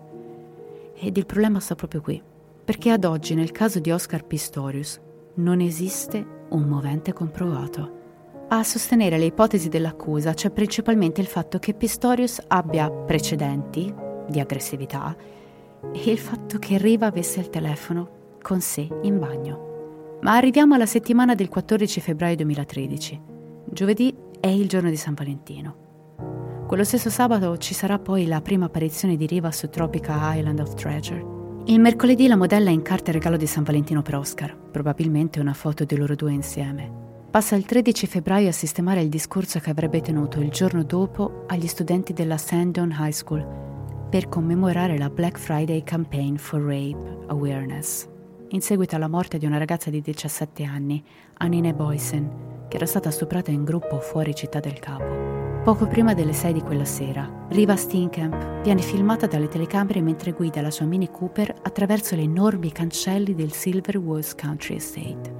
Ed il problema sta proprio qui, perché ad oggi nel caso di Oscar Pistorius non esiste un movente comprovato. A sostenere le ipotesi dell'accusa c'è principalmente il fatto che Pistorius abbia precedenti di aggressività e il fatto che Riva avesse il telefono con sé in bagno. Ma arriviamo alla settimana del quattordici febbraio duemilatredici. Giovedì è il giorno di San Valentino. Quello stesso sabato ci sarà poi la prima apparizione di Riva su Tropica Island of Treasure. Il mercoledì la modella incarta il regalo di San Valentino per Oscar, probabilmente una foto di loro due insieme. Passa il tredici febbraio a sistemare il discorso che avrebbe tenuto il giorno dopo agli studenti della Sandon High School per commemorare la Black Friday Campaign for Rape Awareness, in seguito alla morte di una ragazza di diciassette anni, Anine Boysen, che era stata stuprata in gruppo fuori Città del Capo. Poco prima delle sei di quella sera, Riva Steenkamp viene filmata dalle telecamere mentre guida la sua Mini Cooper attraverso le enormi cancelli del Silver Woods Country Estate.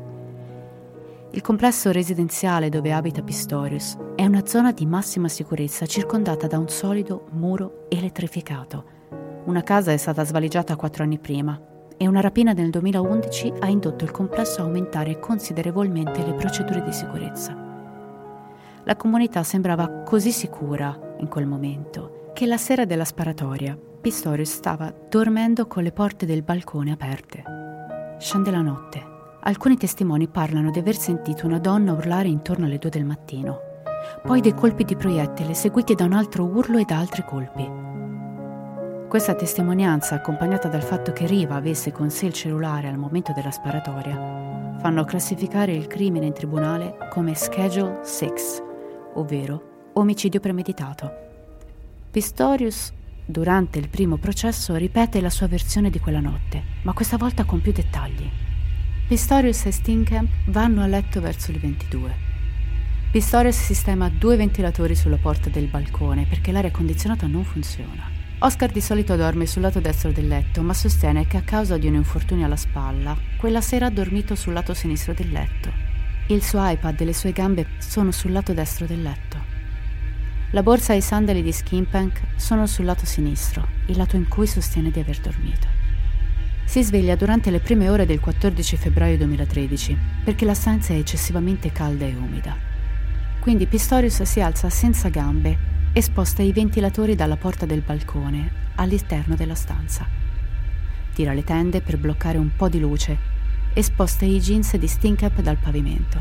Il complesso residenziale dove abita Pistorius è una zona di massima sicurezza circondata da un solido muro elettrificato. Una casa è stata svaligiata quattro anni prima e una rapina nel duemilaundici ha indotto il complesso a aumentare considerevolmente le procedure di sicurezza. La comunità sembrava così sicura in quel momento che la sera della sparatoria Pistorius stava dormendo con le porte del balcone aperte. Scende la notte. Alcuni testimoni parlano di aver sentito una donna urlare intorno alle due del mattino, poi dei colpi di proiettile seguiti da un altro urlo e da altri colpi. Questa testimonianza, accompagnata dal fatto che Riva avesse con sé il cellulare al momento della sparatoria, fanno classificare il crimine in tribunale come Schedule sei, ovvero omicidio premeditato. Pistorius, durante il primo processo, ripete la sua versione di quella notte, ma questa volta con più dettagli. Pistorius e Steenkamp vanno a letto verso le ventidue. Pistorius sistema due ventilatori sulla porta del balcone perché l'aria condizionata non funziona. Oscar di solito dorme sul lato destro del letto, ma sostiene che a causa di un infortunio alla spalla, quella sera ha dormito sul lato sinistro del letto. Il suo iPad e le sue gambe sono sul lato destro del letto. La borsa e i sandali di Steenkamp sono sul lato sinistro, il lato in cui sostiene di aver dormito. Si sveglia durante le prime ore del quattordici febbraio duemilatredici perché la stanza è eccessivamente calda e umida. Quindi Pistorius si alza senza gambe e sposta i ventilatori dalla porta del balcone all'interno della stanza. Tira le tende per bloccare un po' di luce e sposta i jeans di Steenkamp dal pavimento.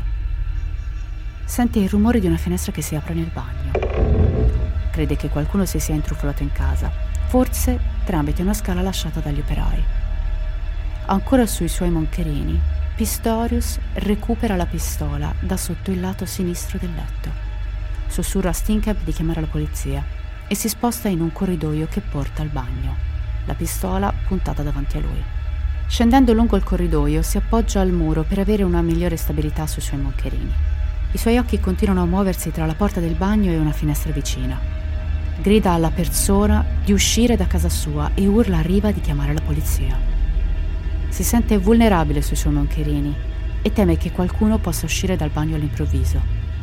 Sente il rumore di una finestra che si apre nel bagno. Crede che qualcuno si sia intrufolato in casa, forse tramite una scala lasciata dagli operai. Ancora sui suoi moncherini, Pistorius recupera la pistola da sotto il lato sinistro del letto. Sussurra a Steenkamp di chiamare la polizia e si sposta in un corridoio che porta al bagno, la pistola puntata davanti a lui. Scendendo lungo il corridoio si appoggia al muro per avere una migliore stabilità sui suoi moncherini. I suoi occhi continuano a muoversi tra la porta del bagno e una finestra vicina. Grida alla persona di uscire da casa sua e urla a Riva di chiamare la polizia. Si sente vulnerabile sui suoi moncherini e teme che qualcuno possa uscire dal bagno all'improvviso.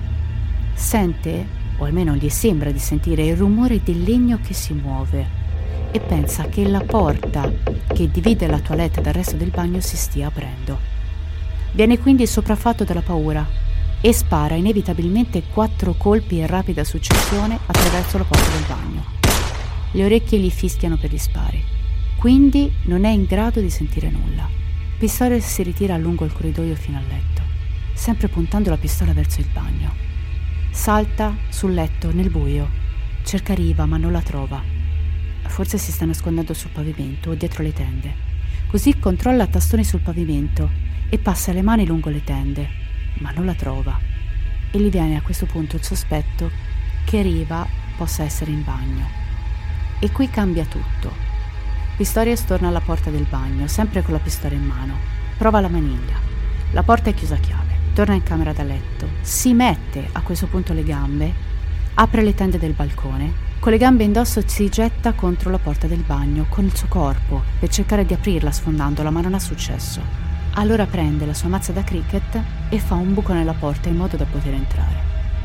Sente, o almeno gli sembra di sentire, il rumore del legno che si muove e pensa che la porta che divide la toilette dal resto del bagno si stia aprendo. Viene quindi sopraffatto dalla paura e spara inevitabilmente quattro colpi in rapida successione attraverso la porta del bagno. Le orecchie gli fischiano per gli spari, quindi non è in grado di sentire nulla. Pistorius si ritira lungo il corridoio fino al letto, sempre puntando la pistola verso il bagno. Salta sul letto nel buio, cerca Riva ma non la trova. Forse si sta nascondendo sul pavimento o dietro le tende. Così controlla a tastoni sul pavimento e passa le mani lungo le tende, ma non la trova. E gli viene a questo punto il sospetto che Riva possa essere in bagno. E qui cambia tutto. Pistorius torna alla porta del bagno, sempre con la pistola in mano. Prova la maniglia. La porta è chiusa a chiave. Torna in camera da letto. Si mette a questo punto le gambe, apre le tende del balcone. Con le gambe indosso si getta contro la porta del bagno con il suo corpo per cercare di aprirla sfondandola, ma non ha successo. Allora prende la sua mazza da cricket e fa un buco nella porta in modo da poter entrare.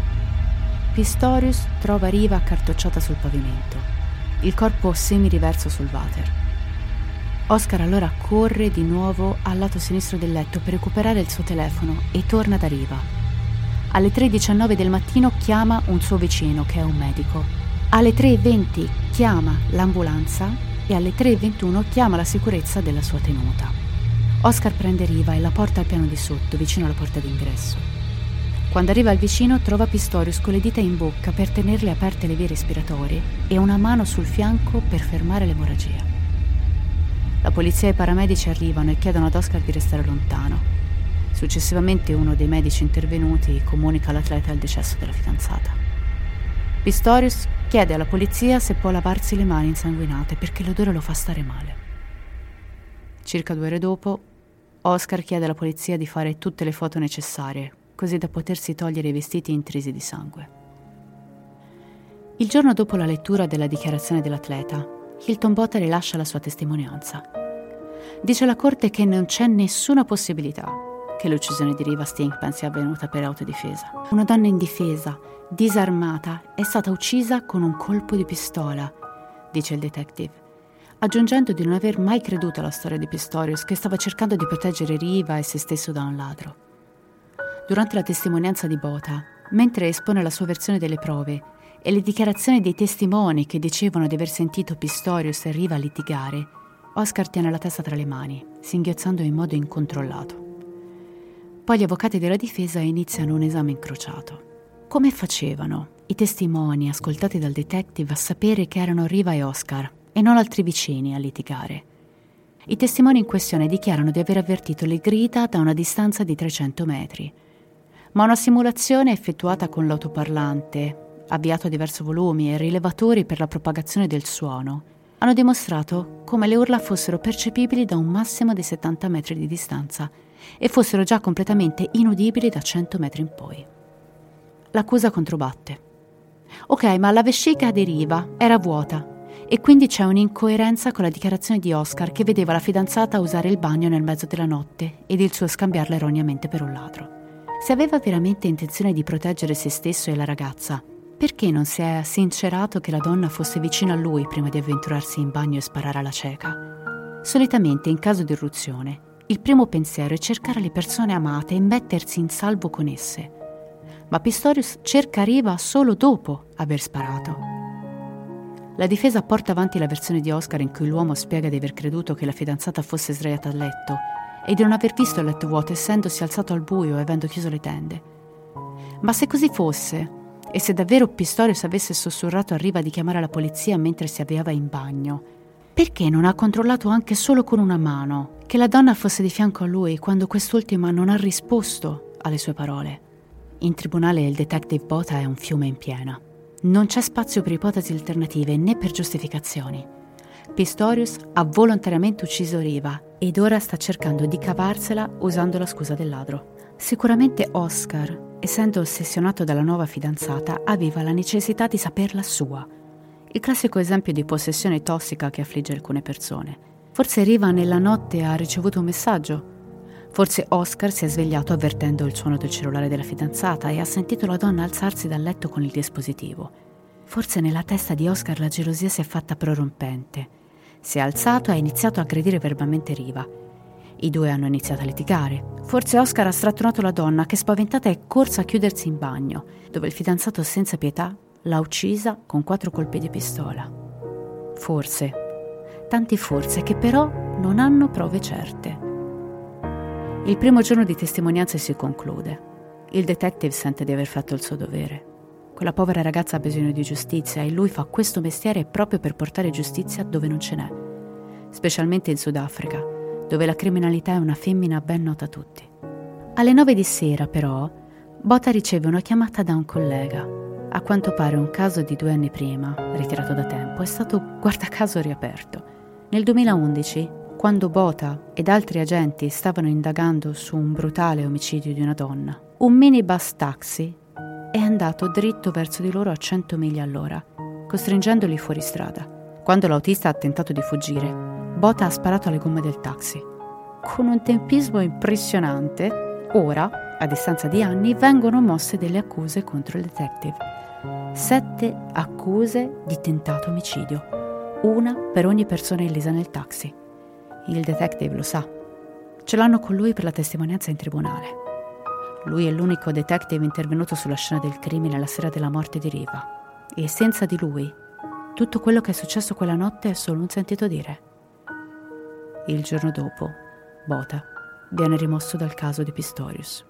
Pistorius trova Riva accartocciata sul pavimento, il corpo semiriverso sul water. Oscar allora corre di nuovo al lato sinistro del letto per recuperare il suo telefono e torna da Riva. Alle tre e diciannove del mattino chiama un suo vicino che è un medico. Alle tre e venti chiama l'ambulanza e alle tre e ventuno chiama la sicurezza della sua tenuta. Oscar prende Riva e la porta al piano di sotto, vicino alla porta d'ingresso. Quando arriva al vicino trova Pistorius con le dita in bocca per tenerle aperte le vie respiratorie e una mano sul fianco per fermare l'emorragia. La polizia e i paramedici arrivano e chiedono ad Oscar di restare lontano. Successivamente uno dei medici intervenuti comunica all'atleta il decesso della fidanzata. Pistorius chiede alla polizia se può lavarsi le mani insanguinate perché l'odore lo fa stare male. Circa due ore dopo, Oscar chiede alla polizia di fare tutte le foto necessarie, così da potersi togliere i vestiti intrisi di sangue. Il giorno dopo la lettura della dichiarazione dell'atleta, Hilton Botha rilascia la sua testimonianza. Dice alla corte che non c'è nessuna possibilità che l'uccisione di Reeva Stinkman sia avvenuta per autodifesa. Una donna indifesa, disarmata, è stata uccisa con un colpo di pistola, dice il detective, aggiungendo di non aver mai creduto alla storia di Pistorius, che stava cercando di proteggere Reeva e se stesso da un ladro. Durante la testimonianza di Botha, mentre espone la sua versione delle prove e le dichiarazioni dei testimoni che dicevano di aver sentito Pistorius e Reeva litigare, Oscar tiene la testa tra le mani, singhiozzando in modo incontrollato. Poi gli avvocati della difesa iniziano un esame incrociato. Come facevano i testimoni ascoltati dal detective a sapere che erano Reeva e Oscar e non altri vicini a litigare? I testimoni in questione dichiarano di aver avvertito le grida da una distanza di trecento metri, ma una simulazione effettuata con l'autoparlante, avviato a diversi volumi e rilevatori per la propagazione del suono, hanno dimostrato come le urla fossero percepibili da un massimo di settanta metri di distanza e fossero già completamente inudibili da cento metri in poi. L'accusa controbatte. Ok, ma la vescica di Reeva era vuota e quindi c'è un'incoerenza con la dichiarazione di Oscar che vedeva la fidanzata usare il bagno nel mezzo della notte ed il suo scambiarla erroneamente per un ladro. Se aveva veramente intenzione di proteggere se stesso e la ragazza, perché non si è sincerato che la donna fosse vicino a lui prima di avventurarsi in bagno e sparare alla cieca? Solitamente, in caso di irruzione, il primo pensiero è cercare le persone amate e mettersi in salvo con esse. Ma Pistorius cerca Reeva solo dopo aver sparato. La difesa porta avanti la versione di Oscar in cui l'uomo spiega di aver creduto che la fidanzata fosse sdraiata a letto e di non aver visto il letto vuoto essendosi alzato al buio e avendo chiuso le tende. Ma se così fosse, e se davvero Pistorius avesse sussurrato a Reeva di chiamare la polizia mentre si avviava in bagno, perché non ha controllato anche solo con una mano che la donna fosse di fianco a lui quando quest'ultima non ha risposto alle sue parole? In tribunale il detective Botha è un fiume in piena. Non c'è spazio per ipotesi alternative né per giustificazioni. Pistorius ha volontariamente ucciso Reeva ed ora sta cercando di cavarsela usando la scusa del ladro. Sicuramente Oscar, essendo ossessionato dalla nuova fidanzata, aveva la necessità di saperla sua. Il classico esempio di possessione tossica che affligge alcune persone. Forse Reeva nella notte ha ricevuto un messaggio. Forse Oscar si è svegliato avvertendo il suono del cellulare della fidanzata e ha sentito la donna alzarsi dal letto con il dispositivo. Forse nella testa di Oscar la gelosia si è fatta prorompente. Si è alzato e ha iniziato a aggredire verbalmente Reeva. I due hanno iniziato a litigare. Forse Oscar ha strattonato la donna che, spaventata, è corsa a chiudersi in bagno, dove il fidanzato senza pietà l'ha uccisa con quattro colpi di pistola. Forse. Tanti forse che però non hanno prove certe. Il primo giorno di testimonianze si conclude. Il detective sente di aver fatto il suo dovere. Quella povera ragazza ha bisogno di giustizia e lui fa questo mestiere proprio per portare giustizia dove non ce n'è, specialmente in Sudafrica, dove la criminalità è una femmina ben nota a tutti. Alle nove di sera, però, Botha riceve una chiamata da un collega. A quanto pare un caso di due anni prima, ritirato da tempo, è stato guarda caso riaperto. Nel duemilaundici, quando Botha ed altri agenti stavano indagando su un brutale omicidio di una donna, un minibus taxi è andato dritto verso di loro a cento miglia all'ora, costringendoli fuori strada. Quando l'autista ha tentato di fuggire, Botha ha sparato alle gomme del taxi. Con un tempismo impressionante, ora, a distanza di anni, vengono mosse delle accuse contro il detective. Sette accuse di tentato omicidio, una per ogni persona illesa nel taxi. Il detective lo sa. Ce l'hanno con lui per la testimonianza in tribunale. Lui è l'unico detective intervenuto sulla scena del crimine la sera della morte di Reeva. E senza di lui, tutto quello che è successo quella notte è solo un sentito dire. Il giorno dopo, Botha viene rimosso dal caso di Pistorius.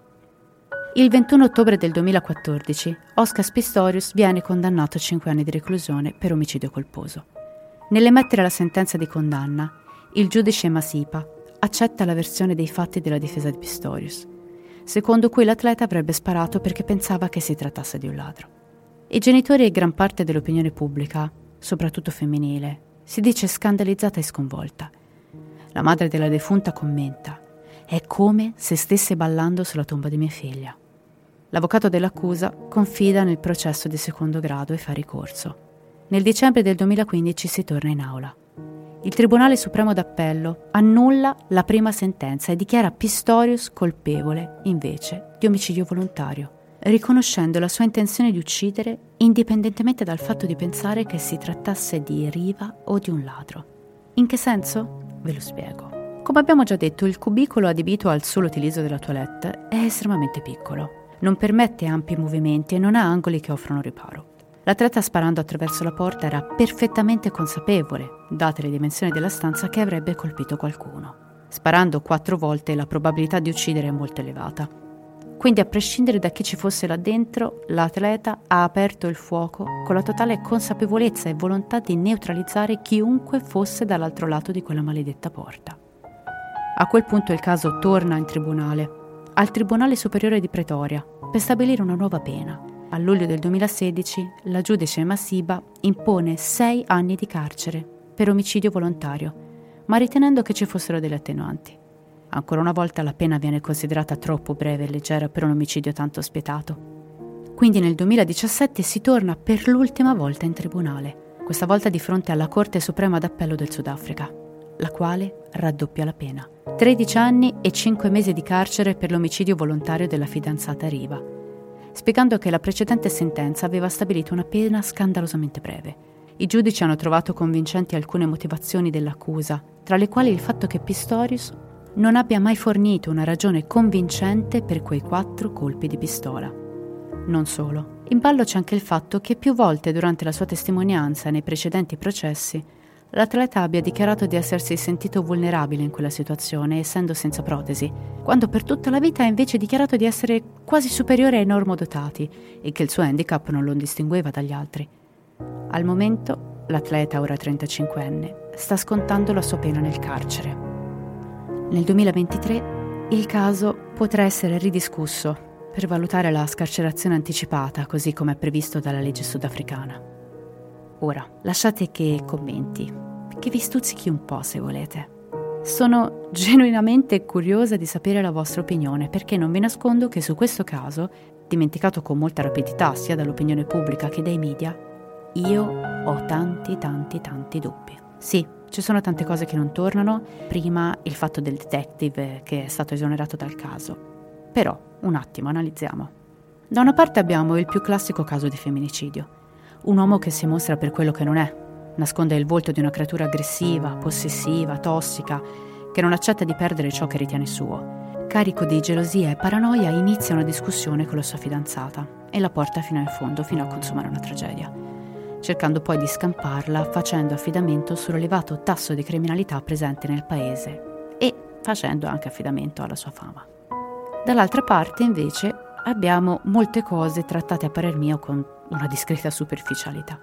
Il ventuno ottobre del duemilaquattordici, Oscar Pistorius viene condannato a cinque anni di reclusione per omicidio colposo. Nell'emettere la sentenza di condanna, il giudice Masipa accetta la versione dei fatti della difesa di Pistorius, secondo cui l'atleta avrebbe sparato perché pensava che si trattasse di un ladro. I genitori e gran parte dell'opinione pubblica, soprattutto femminile, si dice scandalizzata e sconvolta. La madre della defunta commenta: «È come se stesse ballando sulla tomba di mia figlia». L'avvocato dell'accusa confida nel processo di secondo grado e fa ricorso. Nel dicembre del duemilaquindici si torna in aula. Il Tribunale Supremo d'Appello annulla la prima sentenza e dichiara Pistorius colpevole, invece, di omicidio volontario, riconoscendo la sua intenzione di uccidere indipendentemente dal fatto di pensare che si trattasse di Riva o di un ladro. In che senso? Ve lo spiego. Come abbiamo già detto, il cubicolo adibito al solo utilizzo della toilette è estremamente piccolo, non permette ampi movimenti e non ha angoli che offrono riparo. L'atleta, sparando attraverso la porta, era perfettamente consapevole, date le dimensioni della stanza, che avrebbe colpito qualcuno. Sparando quattro volte, la probabilità di uccidere è molto elevata. Quindi, a prescindere da chi ci fosse là dentro, l'atleta ha aperto il fuoco con la totale consapevolezza e volontà di neutralizzare chiunque fosse dall'altro lato di quella maledetta porta. A quel punto il caso torna in tribunale, al Tribunale Superiore di Pretoria, per stabilire una nuova pena. A luglio del duemilasedici la giudice Masiba impone sei anni di carcere per omicidio volontario, ma ritenendo che ci fossero delle attenuanti. Ancora una volta la pena viene considerata troppo breve e leggera per un omicidio tanto spietato. Quindi nel duemiladiciassette si torna per l'ultima volta in tribunale, questa volta di fronte alla Corte Suprema d'Appello del Sudafrica, la quale raddoppia la pena. tredici anni e cinque mesi di carcere per l'omicidio volontario della fidanzata Riva, spiegando che la precedente sentenza aveva stabilito una pena scandalosamente breve. I giudici hanno trovato convincenti alcune motivazioni dell'accusa, tra le quali il fatto che Pistorius non abbia mai fornito una ragione convincente per quei quattro colpi di pistola. Non solo, in ballo c'è anche il fatto che più volte durante la sua testimonianza nei precedenti processi l'atleta abbia dichiarato di essersi sentito vulnerabile in quella situazione, essendo senza protesi, quando per tutta la vita ha invece dichiarato di essere quasi superiore ai normodotati e che il suo handicap non lo distingueva dagli altri. Al momento, l'atleta, ora trentacinquenne, sta scontando la sua pena nel carcere. Nel duemilaventitré il caso potrà essere ridiscusso per valutare la scarcerazione anticipata, così come è previsto dalla legge sudafricana. Ora, lasciate che commenti, che vi stuzzichi un po' se volete. Sono genuinamente curiosa di sapere la vostra opinione, perché non vi nascondo che su questo caso, dimenticato con molta rapidità sia dall'opinione pubblica che dai media, io ho tanti tanti tanti dubbi. Sì, ci sono tante cose che non tornano, prima il fatto del detective che è stato esonerato dal caso. Però, un attimo, analizziamo. Da una parte abbiamo il più classico caso di femminicidio. Un uomo che si mostra per quello che non è, nasconde il volto di una creatura aggressiva, possessiva, tossica, che non accetta di perdere ciò che ritiene suo. Carico di gelosia e paranoia, inizia una discussione con la sua fidanzata e la porta fino in fondo, fino a consumare una tragedia, cercando poi di scamparla facendo affidamento sull'elevato tasso di criminalità presente nel paese e facendo anche affidamento alla sua fama. Dall'altra parte, invece, abbiamo molte cose trattate a parer mio con una discreta superficialità.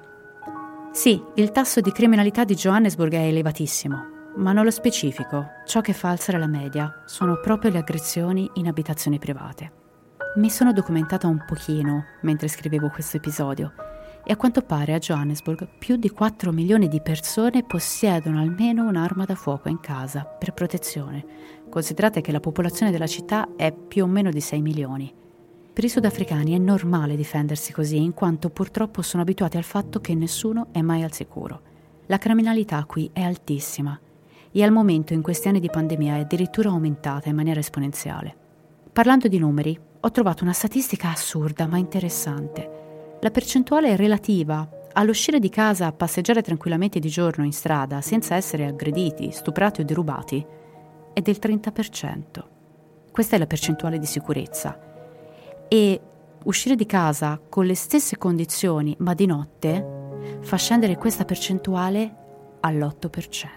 Sì, il tasso di criminalità di Johannesburg è elevatissimo, ma nello specifico, ciò che fa alzare la media sono proprio le aggressioni in abitazioni private. Mi sono documentata un pochino mentre scrivevo questo episodio e a quanto pare a Johannesburg più di quattro milioni di persone possiedono almeno un'arma da fuoco in casa per protezione. Considerate che la popolazione della città è più o meno di sei milioni. Per i sudafricani è normale difendersi così, in quanto purtroppo sono abituati al fatto che nessuno è mai al sicuro. La criminalità qui è altissima e al momento, in questi anni di pandemia, è addirittura aumentata in maniera esponenziale. Parlando di numeri, ho trovato una statistica assurda ma interessante. La percentuale relativa all'uscire di casa a passeggiare tranquillamente di giorno in strada senza essere aggrediti, stuprati o derubati è del trenta per cento. Questa è la percentuale di sicurezza. E uscire di casa con le stesse condizioni, ma di notte, fa scendere questa percentuale all'otto per cento.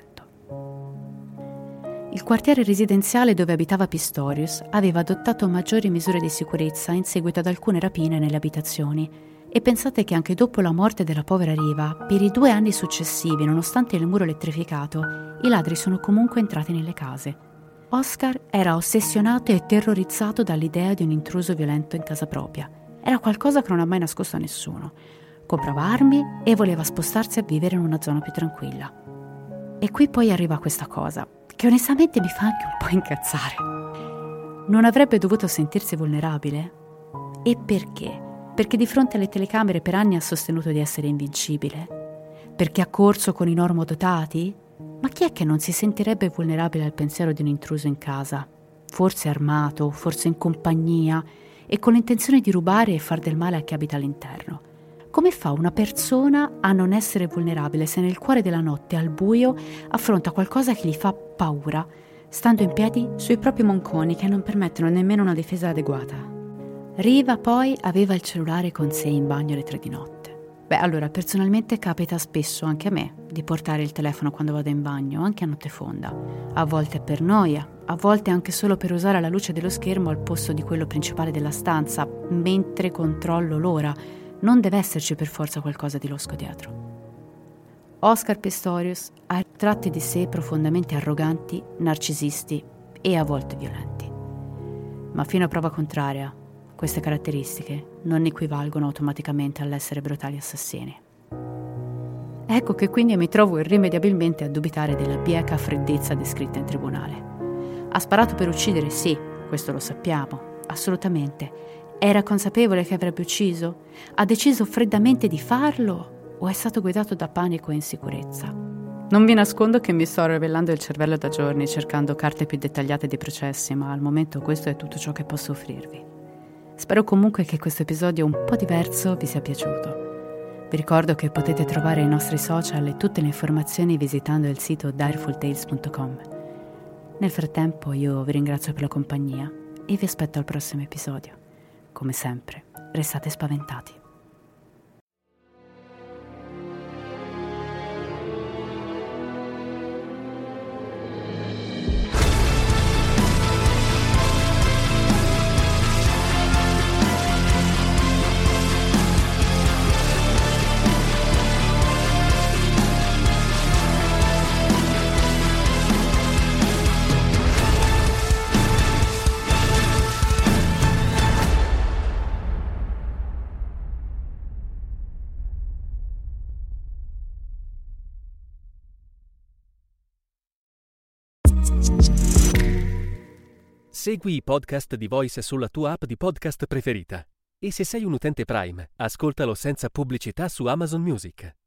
Il quartiere residenziale dove abitava Pistorius aveva adottato maggiori misure di sicurezza in seguito ad alcune rapine nelle abitazioni, e pensate che anche dopo la morte della povera Riva, per i due anni successivi, nonostante il muro elettrificato, i ladri sono comunque entrati nelle case. Oscar era ossessionato e terrorizzato dall'idea di un intruso violento in casa propria. Era qualcosa che non ha mai nascosto a nessuno. Comprava armi e voleva spostarsi a vivere in una zona più tranquilla. E qui poi arriva questa cosa, che onestamente mi fa anche un po' incazzare. Non avrebbe dovuto sentirsi vulnerabile? E perché? Perché di fronte alle telecamere per anni ha sostenuto di essere invincibile? Perché ha corso con i normodotati? Ma chi è che non si sentirebbe vulnerabile al pensiero di un intruso in casa? Forse armato, forse in compagnia, e con l'intenzione di rubare e far del male a chi abita all'interno. Come fa una persona a non essere vulnerabile se nel cuore della notte, al buio, affronta qualcosa che gli fa paura, stando in piedi sui propri monconi che non permettono nemmeno una difesa adeguata? Riva poi aveva il cellulare con sé in bagno alle tre di notte. Beh, allora, personalmente capita spesso anche a me di portare il telefono quando vado in bagno, anche a notte fonda. A volte per noia, a volte anche solo per usare la luce dello schermo al posto di quello principale della stanza, mentre controllo l'ora. Non deve esserci per forza qualcosa di losco dietro. Oscar Pistorius ha tratti di sé profondamente arroganti, narcisisti e a volte violenti. Ma fino a prova contraria, queste caratteristiche non equivalgono automaticamente all'essere brutali assassini. Ecco che quindi mi trovo irrimediabilmente a dubitare della bieca freddezza descritta in tribunale. Ha sparato per uccidere, sì, questo lo sappiamo, assolutamente. Era consapevole che avrebbe ucciso? Ha deciso freddamente di farlo? O è stato guidato da panico e insicurezza? Non vi nascondo che mi sto rivellando il cervello da giorni cercando carte più dettagliate dei processi, ma al momento questo è tutto ciò che posso offrirvi. Spero comunque che questo episodio un po' diverso vi sia piaciuto. Vi ricordo che potete trovare i nostri social e tutte le informazioni visitando il sito direful tales punto com. Nel frattempo io vi ringrazio per la compagnia e vi aspetto al prossimo episodio. Come sempre, restate spaventati. Segui i podcast di Voice sulla tua app di podcast preferita. E se sei un utente Prime, ascoltalo senza pubblicità su Amazon Music.